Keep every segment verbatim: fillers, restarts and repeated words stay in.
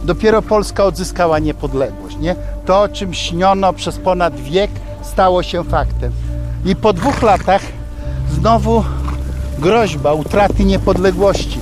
dopiero Polska odzyskała niepodległość, nie? To, o czym śniono przez ponad wiek, stało się faktem. I po dwóch latach znowu groźba utraty niepodległości.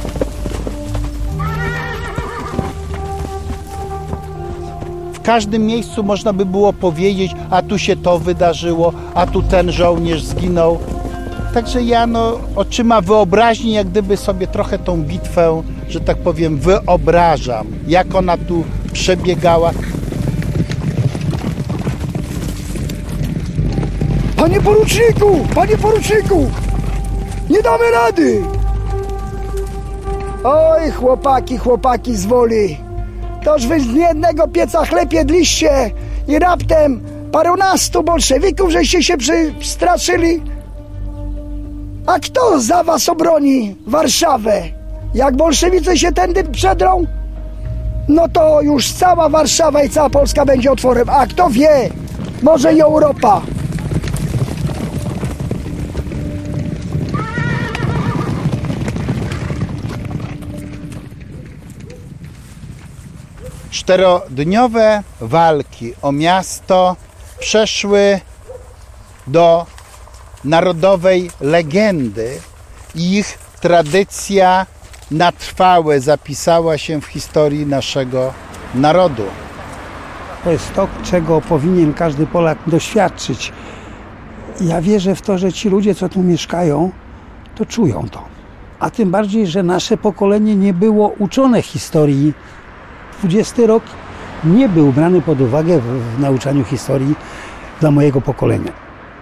W każdym miejscu można by było powiedzieć, a tu się to wydarzyło, a tu ten żołnierz zginął. Także ja no, oczyma wyobraźni jak gdyby sobie trochę tą bitwę, że tak powiem, wyobrażam, jak ona tu przebiegała. Panie poruczniku! Panie poruczniku! Nie damy rady! Oj, chłopaki, chłopaki z Woli. Toż wy z jednego pieca chleb jedliście i raptem parunastu bolszewików żeście się przestraszyli. A kto za was obroni Warszawę? Jak bolszewicy się tędy przedrą, no to już cała Warszawa i cała Polska będzie otworem. A kto wie, może i Europa. Czterodniowe walki o miasto przeszły do narodowej legendy i ich tradycja na trwałe zapisała się w historii naszego narodu. To jest to, czego powinien każdy Polak doświadczyć. Ja wierzę w to, że ci ludzie, co tu mieszkają, to czują to. A tym bardziej, że nasze pokolenie nie było uczone historii. dwudziesty rok nie był brany pod uwagę w, w nauczaniu historii dla mojego pokolenia.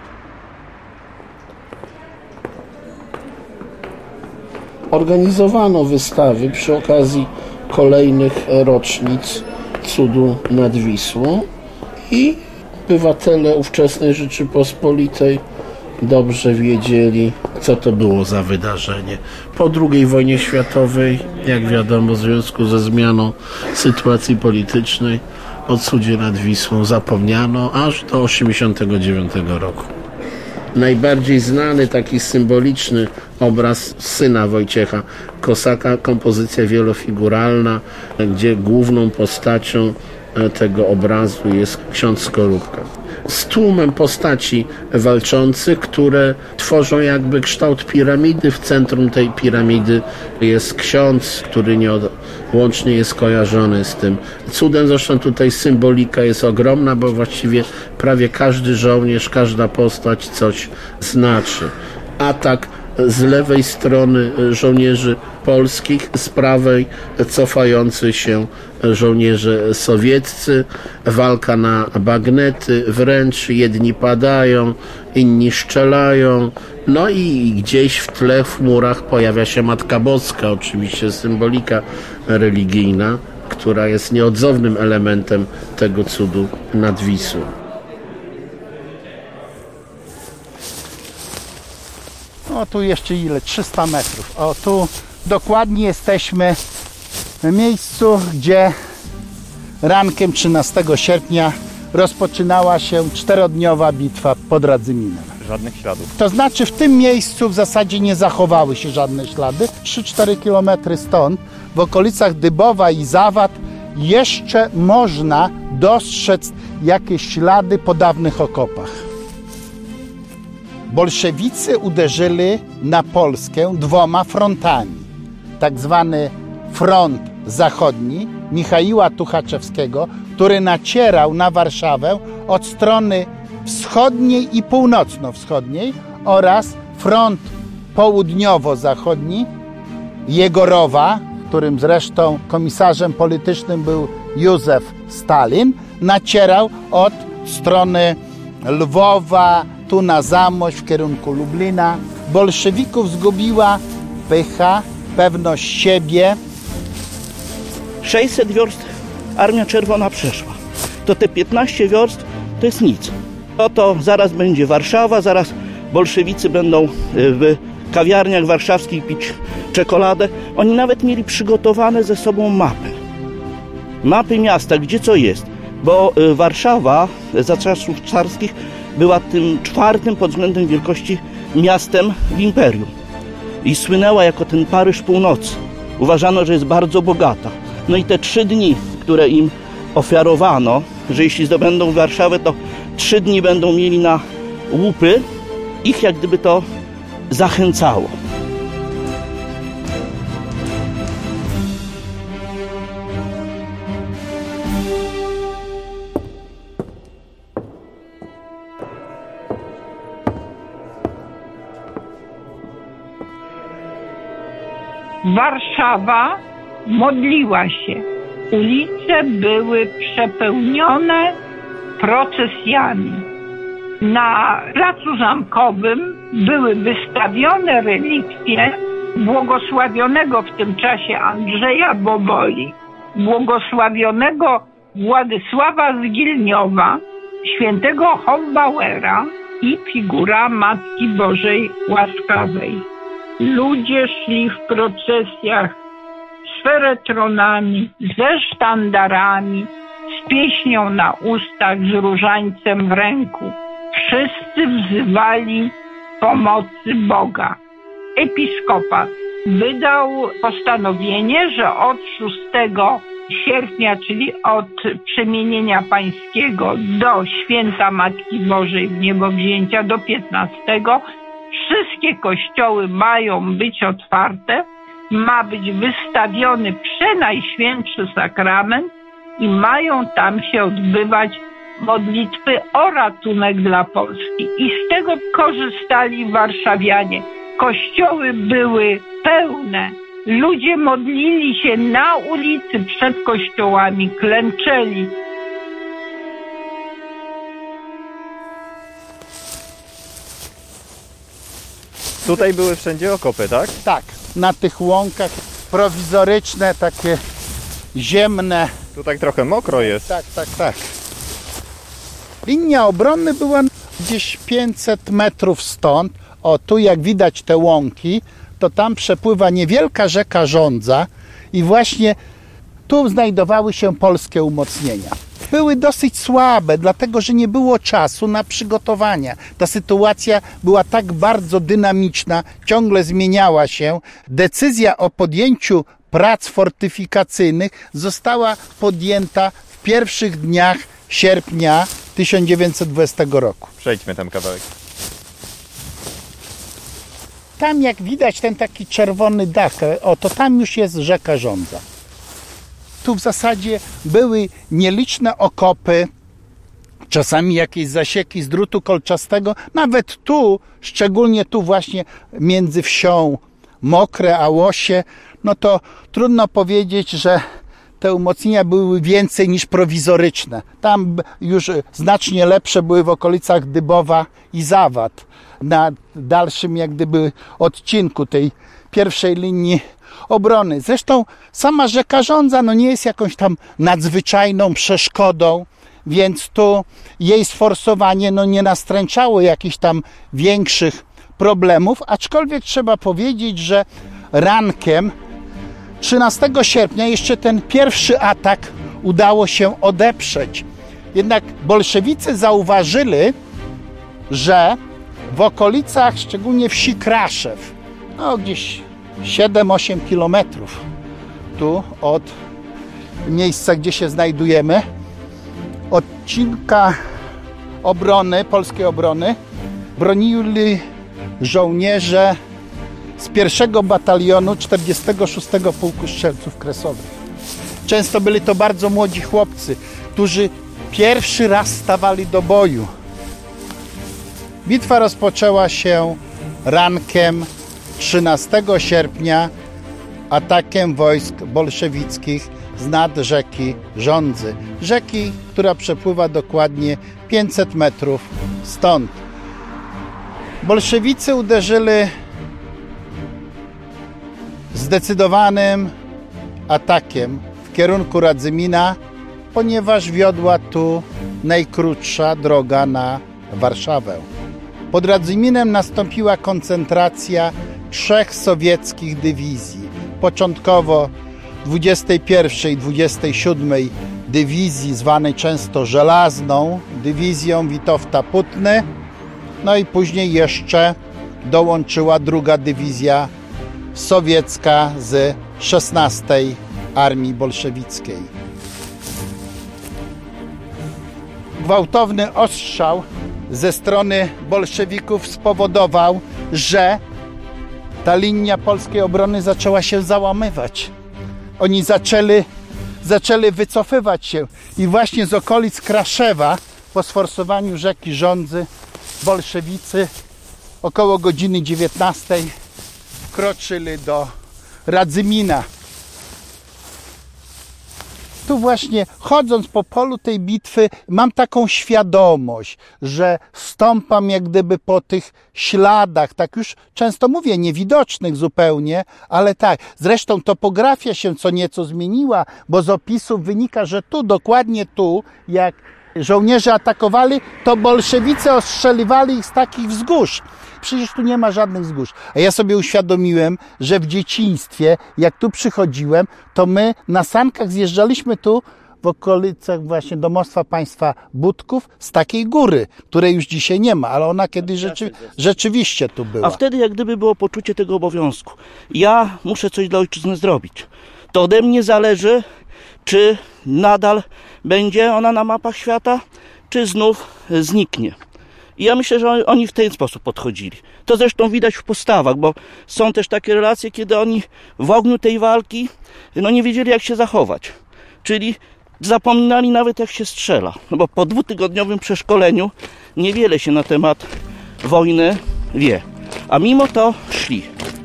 Organizowano wystawy przy okazji kolejnych rocznic cudu nad Wisłą i obywatele ówczesnej Rzeczypospolitej dobrze wiedzieli, co to było za wydarzenie. Po drugiej wojnie światowej, jak wiadomo, w związku ze zmianą sytuacji politycznej, o cudzie nad Wisłą zapomniano aż do osiemdziesiątego dziewiątego roku. Najbardziej znany, taki symboliczny obraz syna Wojciecha Kosaka, kompozycja wielofiguralna, gdzie główną postacią tego obrazu jest ksiądz Skorupka. Z tłumem postaci walczących, które tworzą jakby kształt piramidy. W centrum tej piramidy jest ksiądz, który nieodłącznie jest kojarzony z tym cudem. Zresztą tutaj symbolika jest ogromna, bo właściwie prawie każdy żołnierz, każda postać coś znaczy. Atak z lewej strony żołnierzy polskich, z prawej cofający się żołnierze sowieccy, walka na bagnety, wręcz jedni padają, inni strzelają, no i gdzieś w tle, w murach pojawia się Matka Boska, oczywiście symbolika religijna, która jest nieodzownym elementem tego cudu nad Wisłą. O, tu jeszcze ile? trzysta metrów. O, tu dokładnie jesteśmy w miejscu, gdzie rankiem trzynastego sierpnia rozpoczynała się czterodniowa bitwa pod Radzyminem. Żadnych śladów. To znaczy w tym miejscu w zasadzie nie zachowały się żadne ślady. trzy cztery kilometry stąd, w okolicach Dybowa i Zawad, jeszcze można dostrzec jakieś ślady po dawnych okopach. Bolszewicy uderzyli na Polskę dwoma frontami. Tak zwany front zachodni Michaiła Tuchaczewskiego, który nacierał na Warszawę od strony wschodniej i północno-wschodniej, oraz front południowo-zachodni Jegorowa, którym zresztą komisarzem politycznym był Józef Stalin, nacierał od strony Lwowa, tu na Zamość, w kierunku Lublina. Bolszewików zgubiła pycha, pewność siebie. sześćset wiorst Armia Czerwona przeszła. To te piętnaście wiorst to jest nic. Oto zaraz będzie Warszawa, zaraz bolszewicy będą w kawiarniach warszawskich pić czekoladę. Oni nawet mieli przygotowane ze sobą mapy. Mapy miasta, gdzie co jest. Bo Warszawa za czasów carskich była tym czwartym pod względem wielkości miastem w imperium. I słynęła jako ten Paryż północy. Uważano, że jest bardzo bogata. No i te trzy dni, które im ofiarowano, że jeśli zdobędą Warszawę, to trzy dni będą mieli na łupy, ich jak gdyby to zachęcało. Warszawa modliła się. Ulice były przepełnione procesjami. Na Placu Zamkowym były wystawione relikwie błogosławionego w tym czasie Andrzeja Boboli, błogosławionego Władysława z Gilniowa, świętego Hombauera i figura Matki Bożej Łaskawej. Ludzie szli w procesjach z feretronami, ze sztandarami, z pieśnią na ustach, z różańcem w ręku. Wszyscy wzywali pomocy Boga. Episkopat wydał postanowienie, że od szóstego sierpnia, czyli od przemienienia pańskiego do święta Matki Bożej w niebowzięcia do piętnastego, wszystkie kościoły mają być otwarte, ma być wystawiony przenajświętszy sakrament i mają tam się odbywać modlitwy o ratunek dla Polski. I z tego korzystali warszawianie. Kościoły były pełne. Ludzie modlili się na ulicy przed kościołami, klęczeli. Tutaj były wszędzie okopy, tak? Tak, na tych łąkach prowizoryczne, takie ziemne. Tu tak trochę mokro jest. Tak, tak, tak. Linia obrony była gdzieś pięćset metrów stąd. O, tu jak widać te łąki, to tam przepływa niewielka rzeka Żądza i właśnie tu znajdowały się polskie umocnienia. Były dosyć słabe, dlatego że nie było czasu na przygotowania. Ta sytuacja była tak bardzo dynamiczna, ciągle zmieniała się. Decyzja o podjęciu prac fortyfikacyjnych została podjęta w pierwszych dniach sierpnia tysiąc dziewięćset dwudziestego roku. Przejdźmy tam kawałek. Tam jak widać ten taki czerwony dach, o to tam już jest rzeka Żądza. Tu w zasadzie były nieliczne okopy, czasami jakieś zasieki z drutu kolczastego. Nawet tu, szczególnie tu właśnie między wsią Mokre a Łosie, no to trudno powiedzieć, że te umocnienia były więcej niż prowizoryczne. Tam już znacznie lepsze były w okolicach Dybowa i Zawad. Na dalszym jak gdyby odcinku tej pierwszej linii obrony. Zresztą sama rzeka Żądza no nie jest jakąś tam nadzwyczajną przeszkodą, więc tu jej sforsowanie no nie nastręczało jakichś tam większych problemów, aczkolwiek trzeba powiedzieć, że rankiem trzynastego sierpnia jeszcze ten pierwszy atak udało się odeprzeć. Jednak bolszewicy zauważyli, że w okolicach, szczególnie wsi Kraszew, no gdzieś siedem osiem kilometrów tu od miejsca, gdzie się znajdujemy, odcinka obrony, polskiej obrony, bronili żołnierze z pierwszego batalionu czterdziestego szóstego Pułku Strzelców Kresowych. Często byli to bardzo młodzi chłopcy, którzy pierwszy raz stawali do boju. Bitwa rozpoczęła się rankiem trzynastego sierpnia atakiem wojsk bolszewickich z nad rzeki Żądzy. Rzeki, która przepływa dokładnie pięćset metrów stąd. Bolszewicy uderzyli zdecydowanym atakiem w kierunku Radzymina, ponieważ wiodła tu najkrótsza droga na Warszawę. Pod Radzyminem nastąpiła koncentracja trzech sowieckich dywizji. Początkowo dwudziestej pierwszej i dwudziestej siódmej dywizji, zwanej często Żelazną Dywizją Witowta Putny, no i później jeszcze dołączyła druga dywizja sowiecka z szesnastej Armii Bolszewickiej. gwałtowny ostrzał ze strony bolszewików spowodował, że ta linia polskiej obrony zaczęła się załamywać. Oni zaczęli, zaczęli wycofywać się i właśnie z okolic Kraszewa po sforsowaniu rzeki Żądzy bolszewicy około godziny dziewiętnastej wkroczyli do Radzymina. Tu właśnie chodząc po polu tej bitwy mam taką świadomość, że stąpam jak gdyby po tych śladach, tak już często mówię, niewidocznych zupełnie, ale tak. Zresztą topografia się co nieco zmieniła, bo z opisów wynika, że tu, dokładnie tu, jak żołnierze atakowali, to bolszewicy ostrzeliwali ich z takich wzgórz. Przecież tu nie ma żadnych wzgórz. A ja sobie uświadomiłem, że w dzieciństwie, jak tu przychodziłem, to my na sankach zjeżdżaliśmy tu w okolicach właśnie domostwa państwa Budków z takiej góry, której już dzisiaj nie ma, ale ona kiedyś rzeczy, rzeczywiście tu była. A wtedy jak gdyby było poczucie tego obowiązku. Ja muszę coś dla ojczyzny zrobić. To ode mnie zależy, czy nadal będzie ona na mapach świata, czy znów zniknie. I ja myślę, że oni w ten sposób podchodzili. To zresztą widać w postawach, bo są też takie relacje, kiedy oni w ogniu tej walki no nie wiedzieli, jak się zachować. Czyli zapominali nawet, jak się strzela. No bo po dwutygodniowym przeszkoleniu niewiele się na temat wojny wie. A mimo to szli.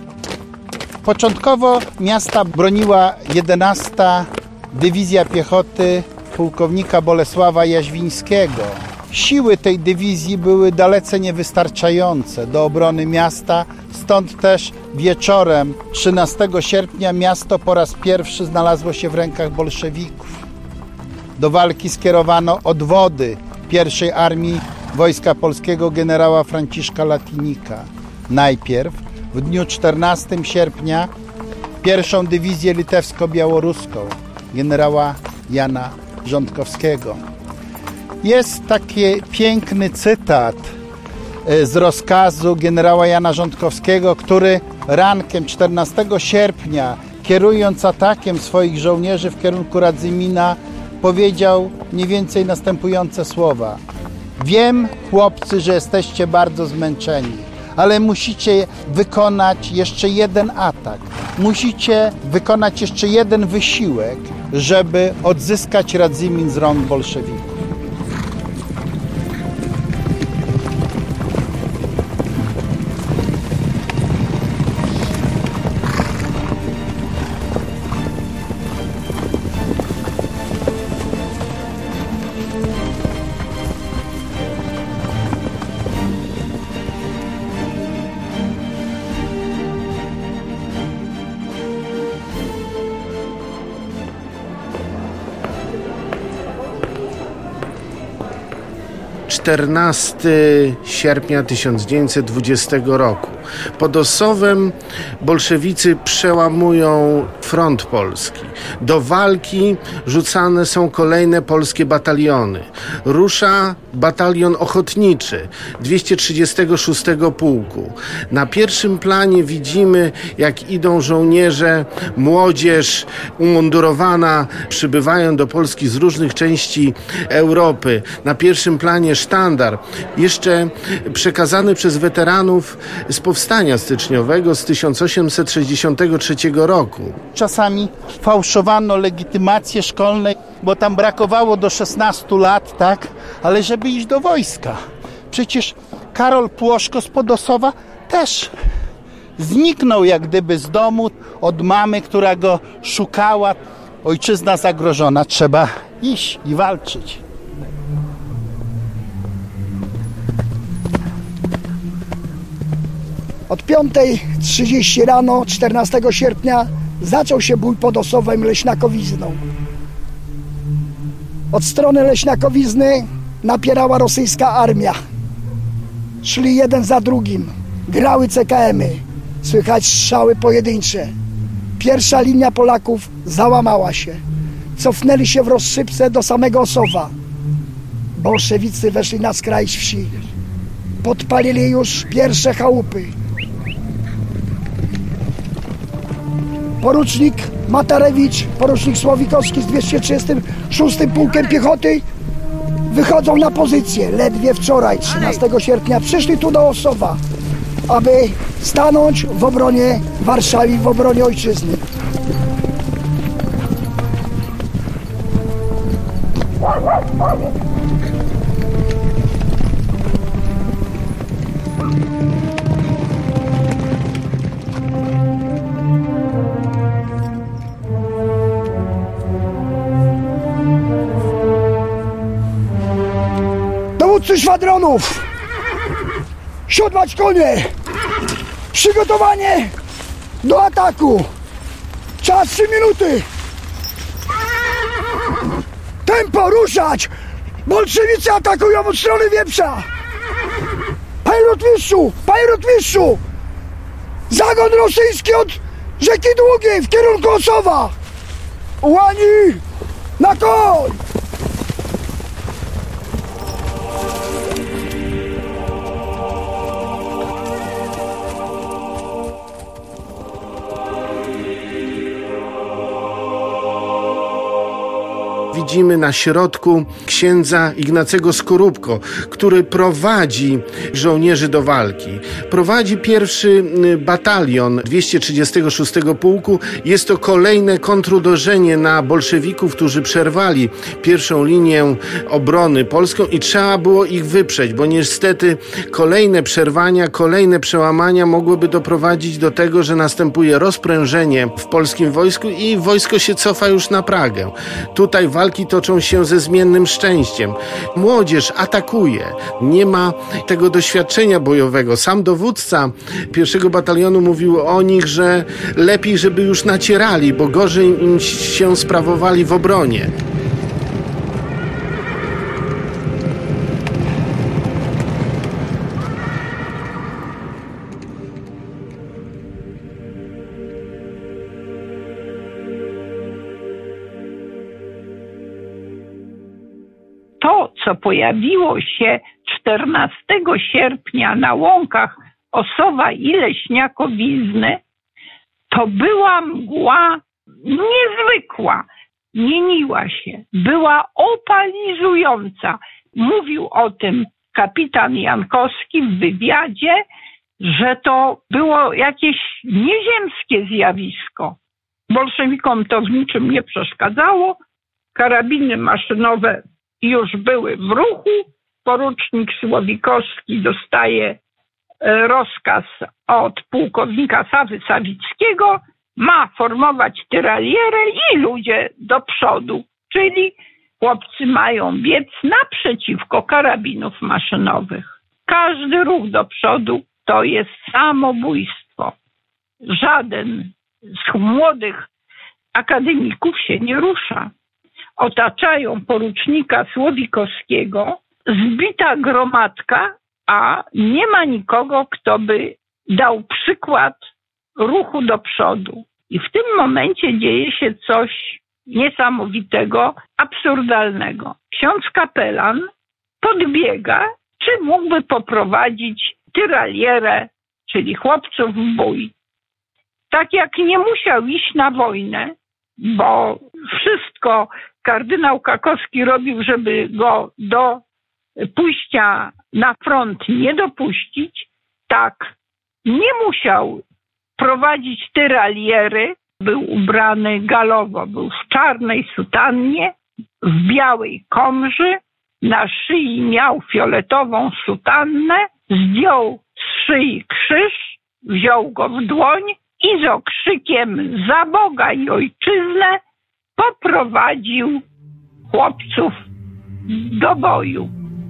Początkowo miasta broniła jedenasta Dywizja Piechoty pułkownika Bolesława Jaźwińskiego. Siły tej dywizji były dalece niewystarczające do obrony miasta, stąd też wieczorem trzynastego sierpnia miasto po raz pierwszy znalazło się w rękach bolszewików. Do walki skierowano odwody pierwszej Armii Wojska Polskiego generała Franciszka Latinika. Najpierw w dniu czternastego sierpnia pierwszą dywizję litewsko-białoruską generała Jana Rządkowskiego. Jest taki piękny cytat z rozkazu generała Jana Rządkowskiego, który rankiem czternastego sierpnia, kierując atakiem swoich żołnierzy w kierunku Radzymina, powiedział mniej więcej następujące słowa. Wiem, chłopcy, że jesteście bardzo zmęczeni, ale musicie wykonać jeszcze jeden atak. Musicie wykonać jeszcze jeden wysiłek, żeby odzyskać Radzymin z rąk bolszewików. czternastego sierpnia tysiąc dziewięćset dwudziestego roku. Pod Ossowem bolszewicy przełamują front polski. Do walki rzucane są kolejne polskie bataliony. Rusza batalion ochotniczy dwieście trzydziestego szóstego Pułku. Na pierwszym planie widzimy, jak idą żołnierze, młodzież umundurowana, przybywają do Polski z różnych części Europy. Na pierwszym planie sztandar, jeszcze przekazany przez weteranów z powstania styczniowego z tysiąc osiemset sześćdziesiątego trzeciego roku. Czasami fałszowano legitymacje szkolne, bo tam brakowało do szesnastu lat, tak? Ale żeby iść do wojska. Przecież Karol Płoszko z Podossowa też zniknął jak gdyby z domu od mamy, która go szukała. Ojczyzna zagrożona, trzeba iść i walczyć. Od piątej trzydzieści rano czternastego sierpnia zaczął się bój pod Ossowem Leśniakowizną. Od strony Leśniakowizny napierała rosyjska armia. Szli jeden za drugim, grały C K M y, słychać strzały pojedyncze. Pierwsza linia Polaków załamała się. Cofnęli się w rozsypce do samego Ossowa. Bolszewicy weszli na skraj wsi. Podpalili już pierwsze chałupy. Porucznik Matarewicz, porucznik Słowikowski z dwieście trzydziestym szóstym Pułkiem Piechoty wychodzą na pozycję. Ledwie wczoraj, trzynastego sierpnia, przyszli tu do Ossowa, aby stanąć w obronie Warszawy, w obronie ojczyzny. Dowódcy szwadronów, siodłać konie, przygotowanie do ataku. Czas trzy minuty. Tempo, ruszać! Bolszewicy atakują od strony Wieprza. Panie rotmistrzu, panie rotmistrzu! Zagon rosyjski od rzeki Długiej w kierunku Ossowa. Ułani na koń! Widzimy na środku księdza Ignacego Skorupko, który prowadzi żołnierzy do walki. Prowadzi pierwszy batalion dwieście trzydziestego szóstego Pułku. Jest to kolejne kontruderzenie na bolszewików, którzy przerwali pierwszą linię obrony polską i trzeba było ich wyprzeć, bo niestety kolejne przerwania, kolejne przełamania mogłyby doprowadzić do tego, że następuje rozprężenie w polskim wojsku i wojsko się cofa już na Pragę. Tutaj walki toczą się ze zmiennym szczęściem. Młodzież atakuje. Nie ma tego doświadczenia bojowego. Sam dowódca pierwszego batalionu mówił o nich, że lepiej, żeby już nacierali, bo gorzej im się sprawowali w obronie. To, co pojawiło się czternastego sierpnia na łąkach Ossowa i Leśniakowizny, to była mgła niezwykła, mieniła się, była opalizująca. Mówił o tym kapitan Jankowski w wywiadzie, że to było jakieś nieziemskie zjawisko. Bolszewikom to w niczym nie przeszkadzało, karabiny maszynowe już były w ruchu. Porucznik Słowikowski dostaje rozkaz od pułkownika Sawy Sawickiego, ma formować tyralierę i ludzie do przodu, czyli chłopcy mają biec naprzeciwko karabinów maszynowych. Każdy ruch do przodu to jest samobójstwo. Żaden z młodych akademików się nie rusza. Otaczają porucznika Słowikowskiego, zbita gromadka, a nie ma nikogo, kto by dał przykład ruchu do przodu. I w tym momencie dzieje się coś niesamowitego, absurdalnego. Ksiądz kapelan podbiega, czy mógłby poprowadzić tyralierę, czyli chłopców w bój. Tak jak nie musiał iść na wojnę, bo wszystko kardynał Kakowski robił, żeby go do pójścia na front nie dopuścić, tak nie musiał prowadzić tyraliery. Był ubrany galowo, był w czarnej sutannie, w białej komży, na szyi miał fioletową sutannę, zdjął z szyi krzyż, wziął go w dłoń i z okrzykiem za Boga i ojczyznę poprowadził chłopców do boju.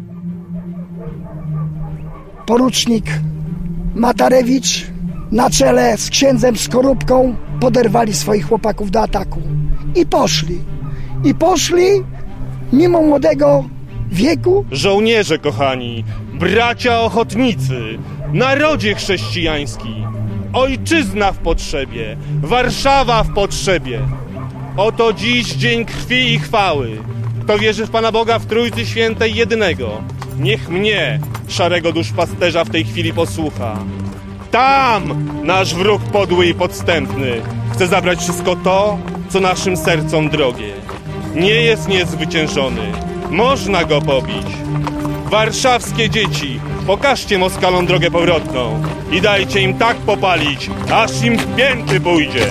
Porucznik Matarewicz na czele z księdzem Skorupką poderwali swoich chłopaków do ataku. I poszli. I poszli mimo młodego wieku. Żołnierze kochani, bracia ochotnicy, narodzie chrześcijański, ojczyzna w potrzebie, Warszawa w potrzebie. Oto dziś dzień krwi i chwały. Kto wierzy w Pana Boga w Trójcy Świętej jedynego, niech mnie, szarego duszpasterza, w tej chwili posłucha. Tam nasz wróg podły i podstępny chce zabrać wszystko to, co naszym sercom drogie. Nie jest niezwyciężony. Można go pobić. Warszawskie dzieci, pokażcie Moskalom drogę powrotną i dajcie im tak popalić, aż im w pięty pójdzie.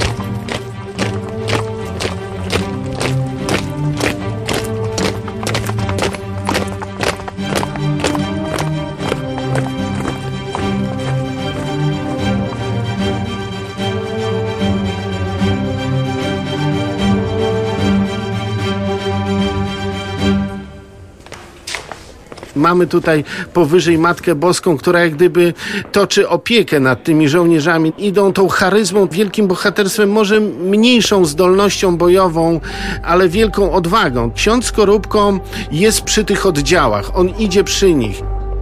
Mamy tutaj powyżej Matkę Boską, która jak gdyby toczy opiekę nad tymi żołnierzami. Idą tą charyzmą, wielkim bohaterstwem, może mniejszą zdolnością bojową, ale wielką odwagą. Ksiądz Skorupko jest przy tych oddziałach, on idzie przy nich.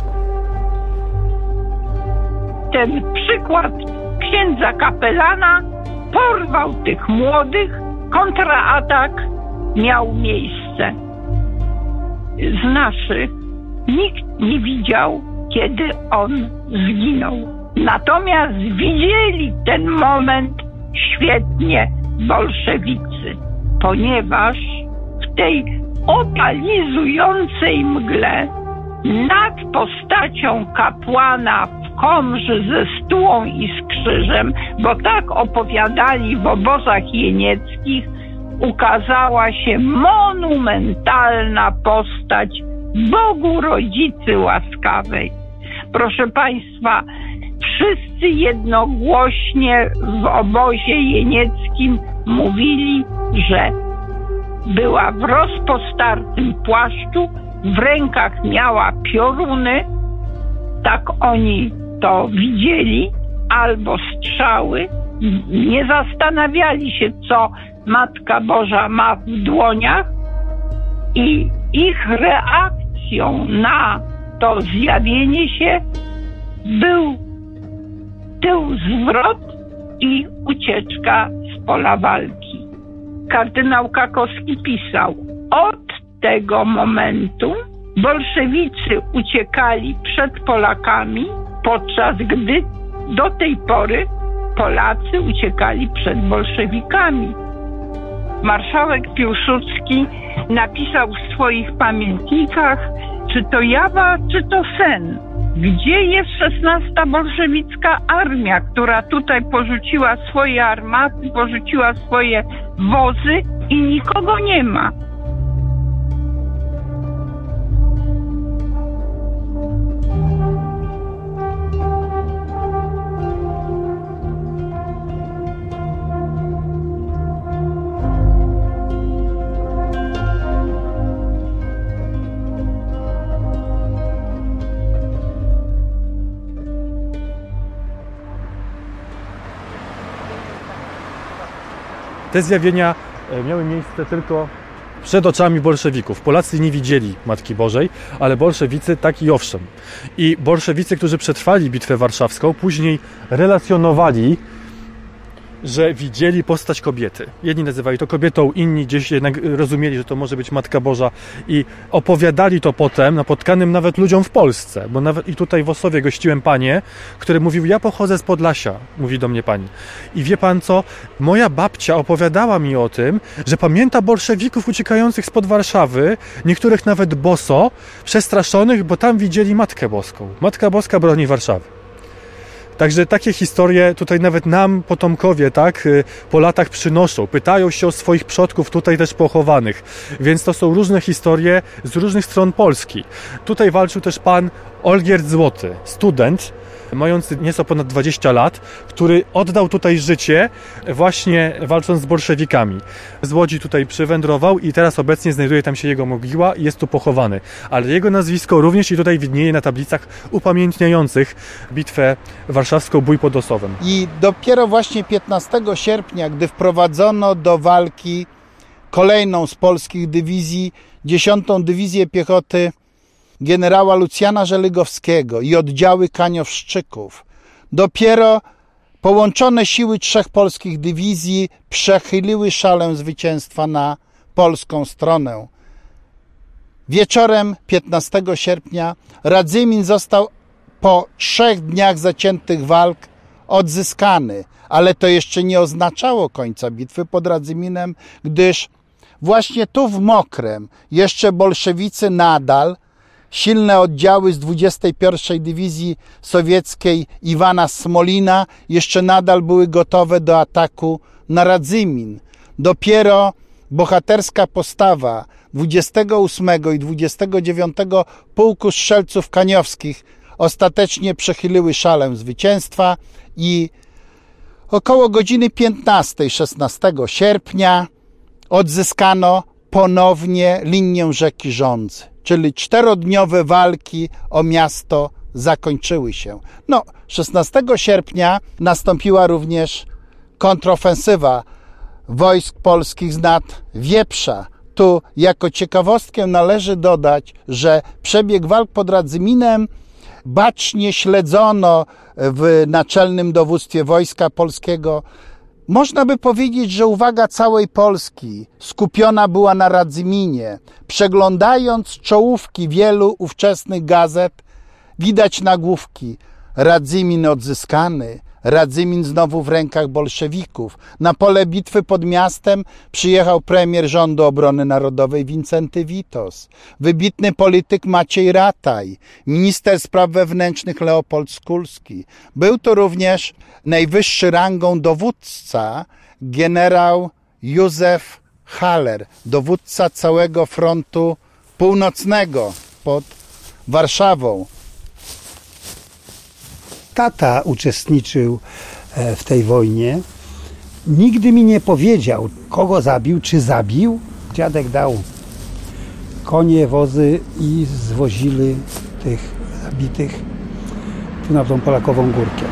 Ten przykład księdza kapelana porwał tych młodych, kontraatak miał miejsce. Z naszych nikt nie widział, kiedy on zginął. Natomiast widzieli ten moment świetnie bolszewicy, ponieważ w tej opalizującej mgle nad postacią kapłana w komży ze stułą i z krzyżem, bo tak opowiadali w obozach jenieckich, ukazała się monumentalna postać Bogu Rodzicy Łaskawej. Proszę Państwa, wszyscy jednogłośnie w obozie jenieckim mówili, że była w rozpostartym płaszczu, w rękach miała pioruny, tak oni to widzieli, albo strzały. Nie zastanawiali się, co Matka Boża ma w dłoniach, i ich reakcją na to zjawienie się był tył zwrot i ucieczka z pola walki. Kardynał Kakowski pisał: od tego momentu bolszewicy uciekali przed Polakami, podczas gdy do tej pory Polacy uciekali przed bolszewikami. Marszałek Piłsudski napisał w swoich pamiętnikach, czy to jawa, czy to sen. Gdzie jest szesnasta bolszewicka armia, która tutaj porzuciła swoje armaty, porzuciła swoje wozy i nikogo nie ma? Te zjawienia miały miejsce tylko przed oczami bolszewików. Polacy nie widzieli Matki Bożej, ale bolszewicy tak i owszem. I bolszewicy, którzy przetrwali Bitwę Warszawską, później relacjonowali, że widzieli postać kobiety. Jedni nazywali to kobietą, inni gdzieś jednak rozumieli, że to może być Matka Boża i opowiadali to potem napotkanym nawet ludziom w Polsce, bo nawet i tutaj w Ossowie gościłem panie, który mówił: ja pochodzę z Podlasia, mówi do mnie pani. I wie pan co? Moja babcia opowiadała mi o tym, że pamięta bolszewików uciekających spod Warszawy, niektórych nawet boso, przestraszonych, bo tam widzieli Matkę Boską. Matka Boska broni Warszawy. Także takie historie tutaj nawet nam, potomkowie, tak, po latach przynoszą. Pytają się o swoich przodków tutaj też pochowanych. Więc to są różne historie z różnych stron Polski. Tutaj walczył też pan Olgierd Złoty, student, mający nieco ponad dwadzieścia lat, który oddał tutaj życie właśnie walcząc z bolszewikami. Z Łodzi tutaj przywędrował i teraz obecnie znajduje tam się jego mogiła i jest tu pochowany. Ale jego nazwisko również i tutaj widnieje na tablicach upamiętniających Bitwę Warszawską, bój pod Ossowem. I dopiero właśnie piętnastego sierpnia, gdy wprowadzono do walki kolejną z polskich dywizji, dziesiątą Dywizję Piechoty generała Lucjana Żeligowskiego i oddziały Kaniowszczyków, dopiero połączone siły trzech polskich dywizji przechyliły szalę zwycięstwa na polską stronę. Wieczorem piętnastego sierpnia Radzymin został po trzech dniach zaciętych walk odzyskany, ale to jeszcze nie oznaczało końca bitwy pod Radzyminem, gdyż właśnie tu w Mokrem jeszcze bolszewicy nadal, silne oddziały z dwudziestej pierwszej Dywizji Sowieckiej Iwana Smolina jeszcze nadal były gotowe do ataku na Radzymin. Dopiero bohaterska postawa dwudziestego ósmego i dwudziestego dziewiątego Pułku Strzelców Kaniowskich ostatecznie przechyliły szalę zwycięstwa i około godziny piętnastej szesnastego sierpnia odzyskano ponownie linię rzeki Żądzy, czyli czterodniowe walki o miasto zakończyły się. No, szesnastego sierpnia nastąpiła również kontrofensywa wojsk polskich z nad Wieprza. Tu jako ciekawostkę należy dodać, że przebieg walk pod Radzyminem bacznie śledzono w naczelnym dowództwie Wojska Polskiego. Można by powiedzieć, że uwaga całej Polski skupiona była na Radzyminie. Przeglądając czołówki wielu ówczesnych gazet, widać nagłówki: Radzymin odzyskany, Radzymin znowu w rękach bolszewików. Na pole bitwy pod miastem przyjechał premier Rządu Obrony Narodowej Wincenty Witos, wybitny polityk Maciej Rataj, minister spraw wewnętrznych Leopold Skulski. Był to również najwyższy rangą dowódca generał Józef Haller, dowódca całego frontu północnego pod Warszawą. Tata uczestniczył w tej wojnie. Nigdy mi nie powiedział, kogo zabił, czy zabił. Dziadek dał konie, wozy i zwozili tych zabitych tu na tą Polakową Górkę.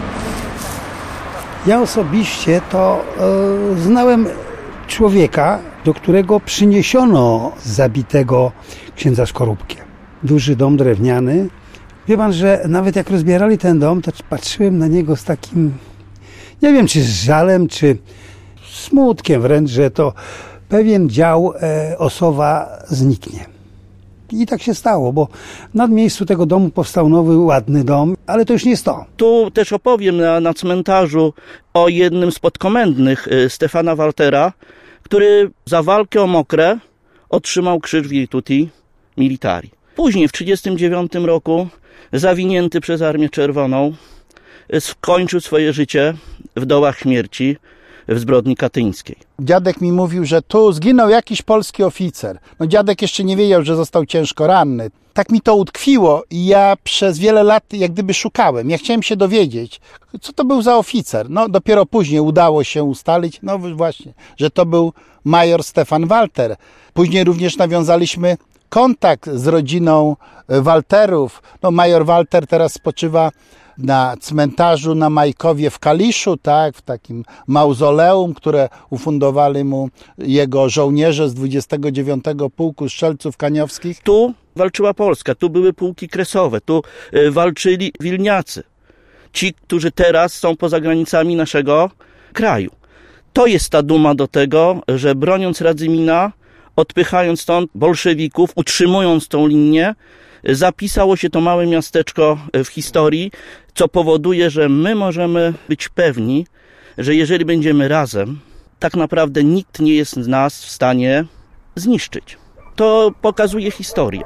Ja osobiście to e, znałem człowieka, do którego przyniesiono zabitego księdza Skorupkę. Duży dom drewniany. Wie pan, że nawet jak rozbierali ten dom, to patrzyłem na niego z takim, nie wiem, czy z żalem, czy smutkiem wręcz, że to pewien dział e, Osowa zniknie. I tak się stało, bo nad miejscu tego domu powstał nowy, ładny dom, ale to już nie jest to. Tu też opowiem na, na cmentarzu o jednym z podkomendnych Stefana Waltera, który za walkę o Mokre otrzymał Krzyż Virtuti Militari. Później w tysiąc dziewięćset trzydziestym dziewiątym roku, zawinięty przez Armię Czerwoną, skończył swoje życie w dołach śmierci w zbrodni katyńskiej. Dziadek mi mówił, że tu zginął jakiś polski oficer. No dziadek jeszcze nie wiedział, że został ciężko ranny. Tak mi to utkwiło i ja przez wiele lat jak gdyby szukałem. Ja chciałem się dowiedzieć, co to był za oficer. No dopiero później udało się ustalić, no właśnie, że to był major Stefan Walter. Później również nawiązaliśmy kontakt z rodziną Walterów. No major Walter teraz spoczywa na cmentarzu na Majkowie w Kaliszu, tak, w takim mauzoleum, które ufundowali mu jego żołnierze z dwudziestego dziewiątego Pułku Strzelców Kaniowskich. Tu walczyła Polska, tu były pułki kresowe, tu walczyli Wilniacy. Ci, którzy teraz są poza granicami naszego kraju. To jest ta duma do tego, że broniąc Radzymina, odpychając stąd bolszewików, utrzymując tą linię, zapisało się to małe miasteczko w historii, co powoduje, że my możemy być pewni, że jeżeli będziemy razem, tak naprawdę nikt nie jest nas w stanie zniszczyć. To pokazuje historia.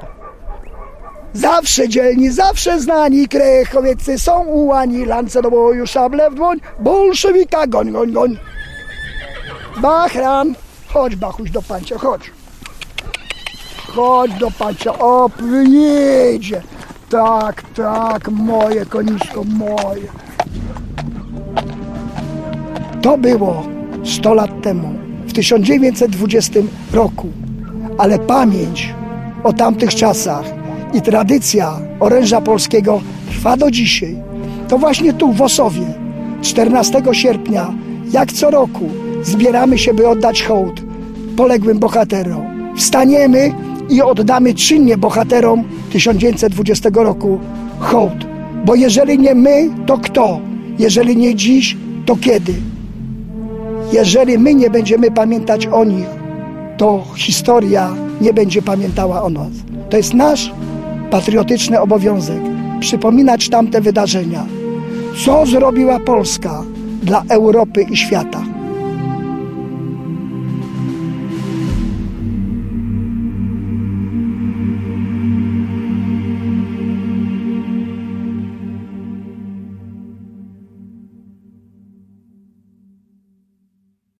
Zawsze dzielni, zawsze znani Krychowieccy są ułani, lance do boju, szable w dłoń, bolszewika goń, goń, goń. Bachran, chodź Bachuś do pancia, chodź. Chodź do pancia, o, jedzie. Tak, tak, moje konisko, moje. To było sto lat temu, w tysiąc dziewięćset dwudziestym roku. Ale pamięć o tamtych czasach i tradycja oręża polskiego trwa do dzisiaj. To właśnie tu, w Osowie, czternastego sierpnia, jak co roku, zbieramy się, by oddać hołd poległym bohaterom. Wstaniemy i oddamy czynnie bohaterom tysiąc dziewięćset dwudziestego roku hołd. Bo jeżeli nie my, to kto? Jeżeli nie dziś, to kiedy? Jeżeli my nie będziemy pamiętać o nich, to historia nie będzie pamiętała o nas. To jest nasz patriotyczny obowiązek. Przypominać tamte wydarzenia. Co zrobiła Polska dla Europy i świata.